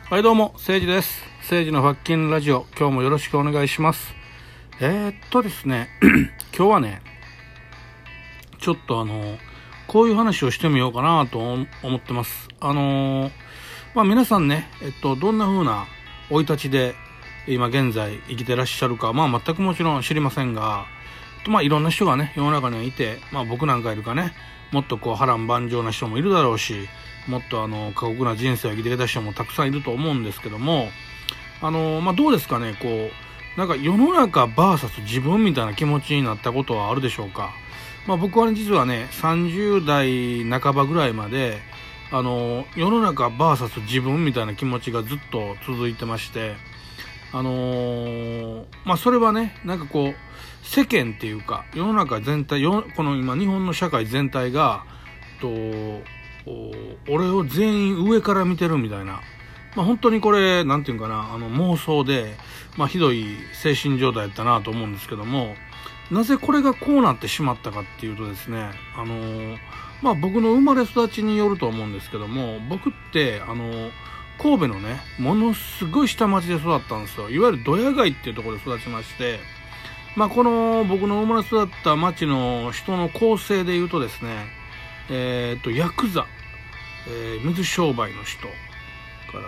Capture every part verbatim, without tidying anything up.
はいどうも、せいじです。せいじのファッキンラジオ、今日もよろしくお願いします。えー、っとですね、今日はね、ちょっとあの、こういう話をしてみようかなと思ってます。あのー、まあ皆さんね、えっと、どんな風な生い立ちで今現在生きてらっしゃるか、まあ全くもちろん知りませんが、まあいろんな人がね、世の中にはいて、まあ僕なんかいるかね、もっとこう波乱万丈な人もいるだろうし、もっとあの過酷な人生を生きてきた人もたくさんいると思うんですけども、あのまあどうですかね、こうなんか世の中 ブイエス 自分みたいな気持ちになったことはあるでしょうか。まあ僕はね、実はねさんじゅう代半ばぐらいまであの世の中 ブイエス 自分みたいな気持ちがずっと続いてまして、あのー、まあそれはね、なんかこう世間っていうか世の中全体、この今日本の社会全体がと俺を全員上から見てるみたいな、まあ本当にこれなんていうかな、あの妄想で、まあひどい精神状態だったなと思うんですけども、なぜこれがこうなってしまったかっていうとですね、あのー、まあ僕の生まれ育ちによると思うんですけども、僕ってあのー、神戸のねものすごい下町で育ったんですよ。いわゆるドヤ街っていうところで育ちまして、まあこの僕の生まれ育った町の人の構成でいうとですね、えっとヤクザ、えー、水商売の人から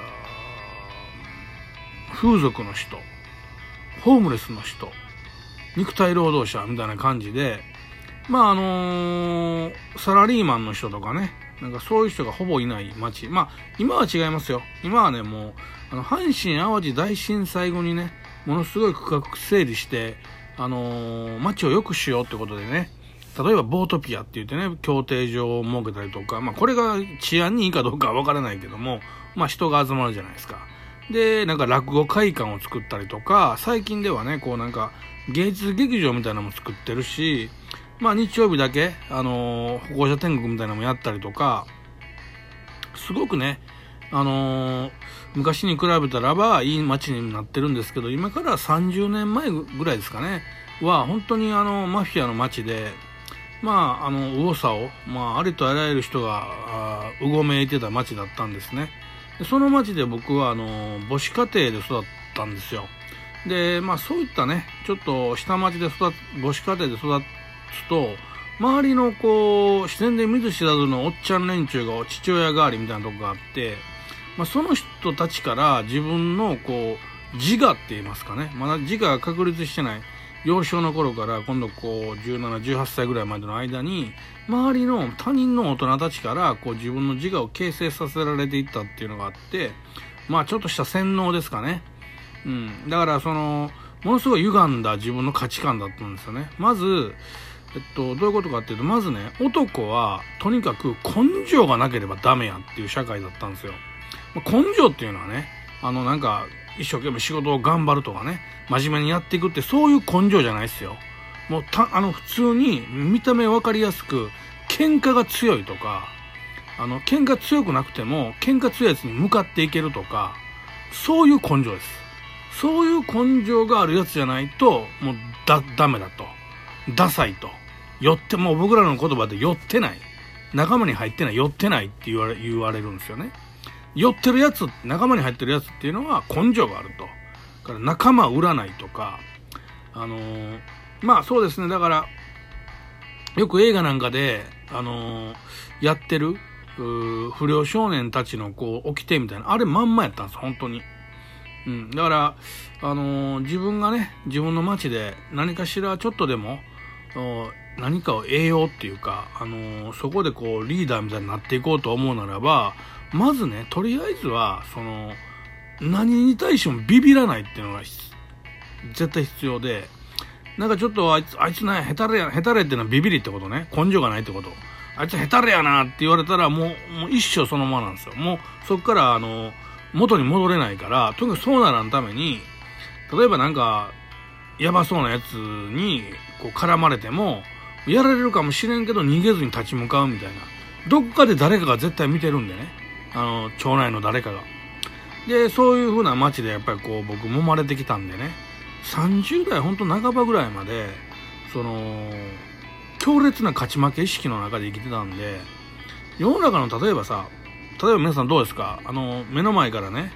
風俗の人、ホームレスの人、肉体労働者みたいな感じで、まああのー、サラリーマンの人とかね、なんかそういう人がほぼいない町。まあ今は違いますよ。今はね、もうあの阪神淡路大震災後にね、ものすごい区画整理して、あのー、町を良くしようってことでね、例えばボートピアって言ってね、競艇場を設けたりとか、まあこれが治安にいいかどうかはわからないけども、まあ人が集まるじゃないですか。で、なんか落語会館を作ったりとか、最近ではね、こうなんか芸術劇場みたいなのも作ってるし、まあ日曜日だけ、あのー、歩行者天国みたいなのもやったりとか、すごくね、あのー、昔に比べたらばいい街になってるんですけど、今からさんじゅうねんまえぐらいですかね、は本当にあの、マフィアの街で、まあ、あの、右往左往、まあ、ありとあらゆる人が、うごめいてた町だったんですね。でその町で僕は、あの、母子家庭で育ったんですよ。で、まあ、そういったね、ちょっと下町で育つ、母子家庭で育つと、周りのこう、自然で見ず知らずのおっちゃん連中が父親代わりみたいなとこがあって、まあ、その人たちから自分のこう、自我って言いますかね、まだ自我が確立してない、幼少の頃から今度こうじゅうなな、じゅうはっさいぐらいまでの間に周りの他人の大人たちからこう自分の自我を形成させられていったっていうのがあって、まあちょっとした洗脳ですかね。うん。だからそのものすごい歪んだ自分の価値観だったんですよね。まず、えっと、どういうことかっていうと、まずね、男はとにかく根性がなければダメやっていう社会だったんですよ。根性っていうのはね、あのなんか一生懸命仕事を頑張るとかね、真面目にやっていくってそういう根性じゃないですよ。もうたあの普通に見た目分かりやすく喧嘩が強いとか、あの喧嘩強くなくても喧嘩強いやつに向かっていけるとか、そういう根性です。そういう根性があるやつじゃないともうだダメだと、ダサいと、寄ってもう僕らの言葉で寄ってない、仲間に入ってない、寄ってないって言われ言われるんですよね。寄ってるやつ、仲間に入ってるやつっていうのは根性があると。だから仲間を売らないとか、あのー、まあそうですね、だからよく映画なんかで、あのー、やってる不良少年たちのこう起きてみたいな、あれまんまやったんです本当に。うん、だからあのー、自分がね、自分の街で何かしらちょっとでも何かを得ようっていうか、あのー、そこでこうリーダーみたいになっていこうと思うならば、まずね、とりあえずはその何に対してもビビらないっていうのが絶対必要で、なんかちょっとあいつあいつね、ヘタレやヘタレっていうのはビビりってことね、根性がないってこと。あいつヘタレやなって言われたらもうもう一生そのままなんですよ。もうそこからあの元に戻れないから、とにかくそうならんために、例えばなんかやばそうなやつにこう絡まれてもやられるかもしれんけど逃げずに立ち向かうみたいな、どこかで誰かが絶対見てるんでね、あの町内の誰かが。でそういう風な街でやっぱりこう僕揉まれてきたんでね、さんじゅう代ほんと半ばぐらいまでその強烈な勝ち負け意識の中で生きてたんで、世の中の例えばさ、例えば皆さんどうですか、あの目の前からね、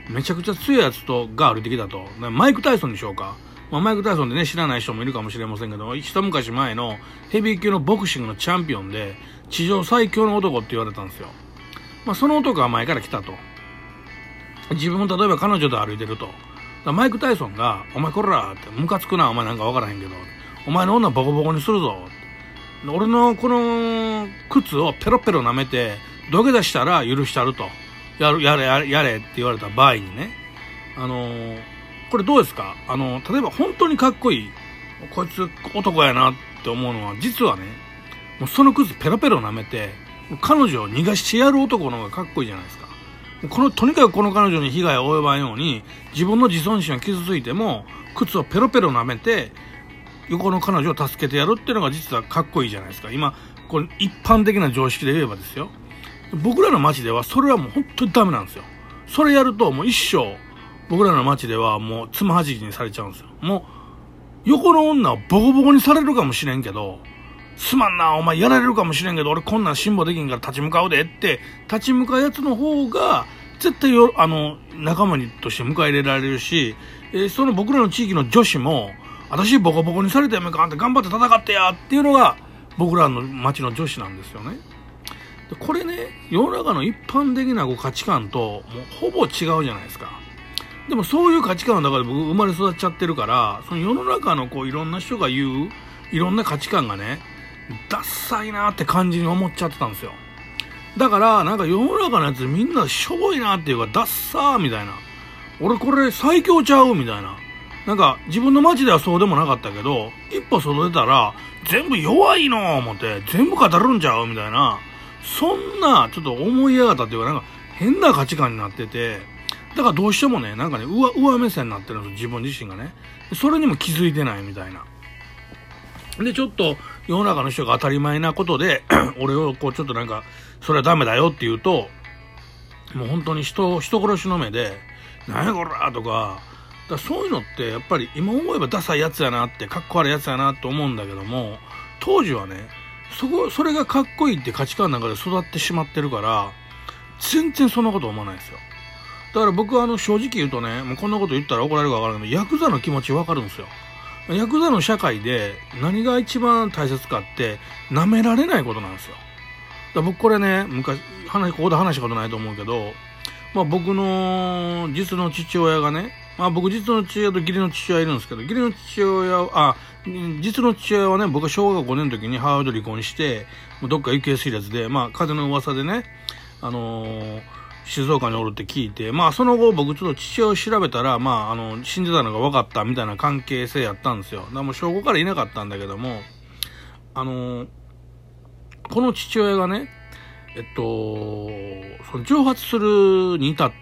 めちゃくちゃ強いやつとが歩いてきたと。マイク・タイソンでしょうか。まあ、マイク・タイソンでね、知らない人もいるかもしれませんけど、一昔前のヘビー級のボクシングのチャンピオンで、地上最強の男って言われたんですよ。まあ、その男が前から来たと。自分も例えば彼女と歩いてると。マイク・タイソンが、お前こらって、ムカつくな、お前なんかわからへんけど、お前の女ボコボコにするぞ。俺のこの靴をペロペロ舐めて、土下座したら許したると。やる、やれ、やれ、やれって言われた場合にね。あのー、これどうですか？あのー、例えば本当にかっこいい、こいつ男やなって思うのは、実はね、もうその靴ペロペロ舐めて、彼女を逃がしてやる男の方がかっこいいじゃないですか。この、とにかくこの彼女に被害を及ばんように、自分の自尊心が傷ついても、靴をペロペロ舐めて、横の彼女を助けてやるっていうのが実はかっこいいじゃないですか。今、これ一般的な常識で言えばですよ。僕らの街ではそれはもう本当にダメなんですよ。それやるともう一生、僕らの街ではもうつまはじきにされちゃうんですよ。もう、横の女をボコボコにされるかもしれんけど、すまんな、お前やられるかもしれんけど、俺こんなん辛抱できんから立ち向かうでって、立ち向かうやつの方が、絶対よ、あの、仲間にとして迎え入れられるし、えー、その僕らの地域の女子も、私ボコボコにされてやめかんって頑張って戦ってやっていうのが、僕らの街の女子なんですよね。でこれね、世の中の一般的なこう価値観と、もうほぼ違うじゃないですか。でもそういう価値観の中で僕生まれ育っちゃってるから、その世の中のこういろんな人が言う、いろんな価値観がね、ダッサいなって感じに思っちゃってたんですよ。だからなんか世の中のやつみんなしょぼいなっていうかダッサーみたいな。俺これ最強ちゃうみたいな。なんか自分の街ではそうでもなかったけど、一歩外出たら全部弱いの思って全部語るんちゃうみたいな。そんなちょっと思い上がったっていうかなんか変な価値観になってて、だからどうしてもね、なんかね、上、上目線になってるんですよ、自分自身がね。それにも気づいてないみたいな。で、ちょっと世の中の人が当たり前なことで、俺をこうちょっとなんか、それはダメだよって言うと、もう本当に人、人殺しの目で、なんやこらとか、だからそういうのってやっぱり今思えばダサいやつやなって、かっこ悪いやつやなと思うんだけども、当時はね、そこ、それがかっこいいって価値観の中で育ってしまってるから、全然そんなこと思わないですよ。だから僕はあの正直言うとね、もうこんなこと言ったら怒られるかわからないけど、ヤクザの気持ちわかるんですよ。ヤクザの社会で何が一番大切かって舐められないことなんですよ。だから僕これね、昔、話、ここで話したことないと思うけど、まあ僕の実の父親がね、まあ僕実の父親と義理の父親いるんですけど、義理の父親、あ、実の父親はね、僕は小学ごねんの時に母親と離婚して、もうどっか行方知れずで、まあ風の噂でね、あのー、静岡におるって聞いて、まあその後僕ちょっと父親を調べたら、まああの、死んでたのが分かったみたいな関係性やったんですよ。だからもう小ごからいなかったんだけども、あのー、この父親がね、えっと、その蒸発するに至った、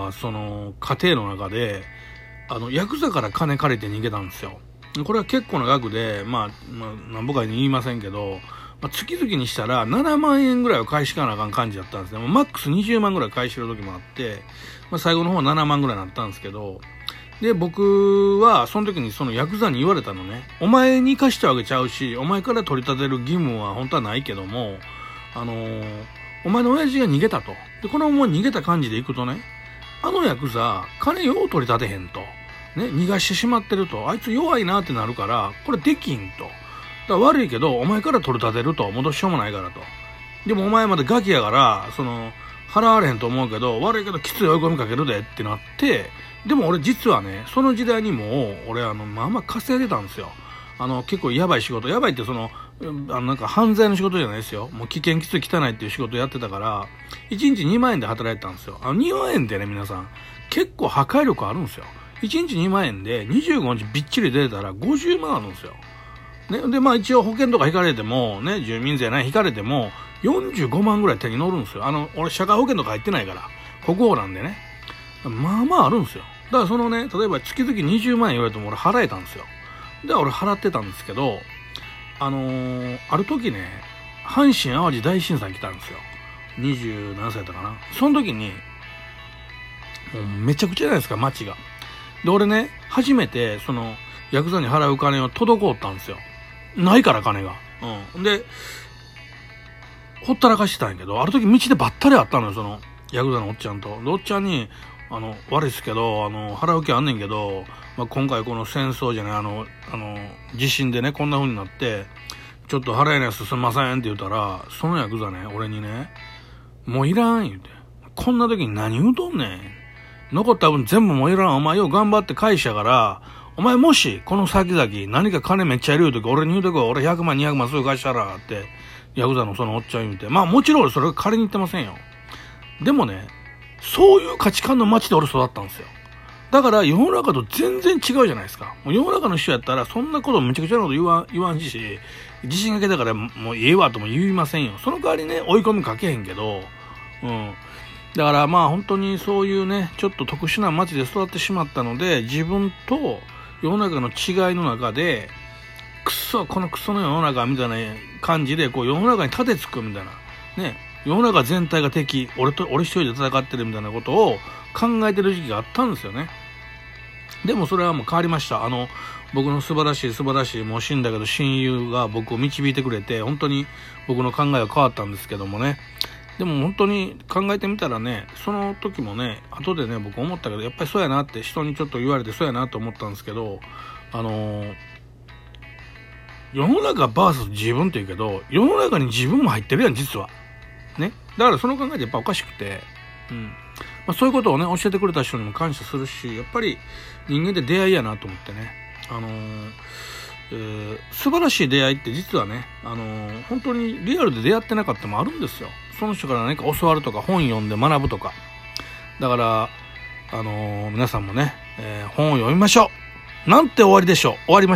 その過程の中で、あの、ヤクザから金借りて逃げたんですよ。これは結構な額で、まあ、まあ、なんぼかに言いませんけど、まあ、月々にしたらななまんえんぐらいを返しかなあかん感じだったんですね。もうマックスにじゅうまんぐらい返してる時もあって、まあ、最後の方はななまんぐらいになったんですけど、で、僕はその時にそのヤクザに言われたのね、お前に貸してあげちゃうし、お前から取り立てる義務は本当はないけども、あのー、お前の親父が逃げたと。で、このまま逃げた感じでいくとね、あのヤクザ、金よう取り立てへんと。ね、逃がしてしまってると。あいつ弱いなってなるから、これできんと。だから悪いけど、お前から取り立てると。戻しようもないからと。でもお前まだガキやから、その、払われへんと思うけど、悪いけどきつい追い込みかけるでってなって、でも俺実はね、その時代にも、俺あの、まあまあ稼いでたんですよ。あの、結構やばい仕事。やばいってその、あの、なんか犯罪の仕事じゃないですよ。もう危険きつい汚いっていう仕事やってたから、いちにちにまんえんで働いてたんですよ。あの、にまんえんってね、皆さん、結構破壊力あるんですよ。いちにちにまんえんでにじゅうごにちびっちり出てたらごじゅうまんあるんですよ。ね。で、まあ一応保険とか引かれても、ね、住民税ね、引かれても、よんじゅうごまんぐらい手に乗るんですよ。あの、俺社会保険とか入ってないから、国保なんでね。まあまああるんですよ。だからそのね、例えば月々にじゅうまんえん言われても俺払えたんですよ。で、俺払ってたんですけど、あのー、ある時ね、阪神淡路大震災来たんですよ。にじゅうななさいだったかな。その時に、もうめちゃくちゃじゃないですか、街が。で、俺ね、初めて、その、ヤクザに払う金を滞ったんですよ。ないから、金が。うん。で、ほったらかしてたんやけど、ある時道でばったり会ったのよ、その、ヤクザのおっちゃんと。で、おっちゃんに、 あの、悪いですけど、あの、腹受けあんねんけど、まあ、今回この戦争じゃない、あの、あの、地震でね、こんな風になって、ちょっと払えないですすんませんって言ったら、そのヤクザね、俺にね、もういらん言うて。こんな時に何言うとんねん。残った分全部もういらん。お前よう頑張って返しやから、お前もし、この先々、何か金めっちゃいる言うとき、俺に言うとこ俺ひゃくまんにひゃくまんすぐ返したら、って、ヤクザのそのおっちゃん言うて。まあもちろん俺それ借りに行ってませんよ。でもね、そういう価値観の街で俺育ったんですよ。だから世の中と全然違うじゃないですか。もう世の中の人やったらそんなことめちゃくちゃなこと言わん、言わんし、自信がけだからもうええわとも言いませんよ。その代わりね、追い込みかけへんけど、うん。だからまあ本当にそういうね、ちょっと特殊な街で育ってしまったので、自分と世の中の違いの中で、クソ、このクソの世の中みたいな感じで、こう世の中に立てつくみたいな。ね。世の中全体が敵、俺と、俺一人で戦ってるみたいなことを考えてる時期があったんですよね。でもそれはもう変わりました。あの、僕の素晴らしい素晴らしい、もう死んだけど親友が僕を導いてくれて、本当に僕の考えが変わったんですけどもね。でも本当に考えてみたらね、その時もね、後でね、僕思ったけど、やっぱりそうやなって人にちょっと言われてそうやなと思ったんですけど、あのー、世の中バーサス自分って言うけど、世の中に自分も入ってるやん、実は。ね。だからその考えってやっぱおかしくて、うん。まあ、そういうことをね、教えてくれた人にも感謝するし、やっぱり人間って出会いやなと思ってね。あのーえー、素晴らしい出会いって実はね、あのー、本当にリアルで出会ってなかったもあるんですよ。その人から何か教わるとか、本読んで学ぶとか。だから、あのー、皆さんもね、えー、本を読みましょう。なんて終わりでしょう。終わりました。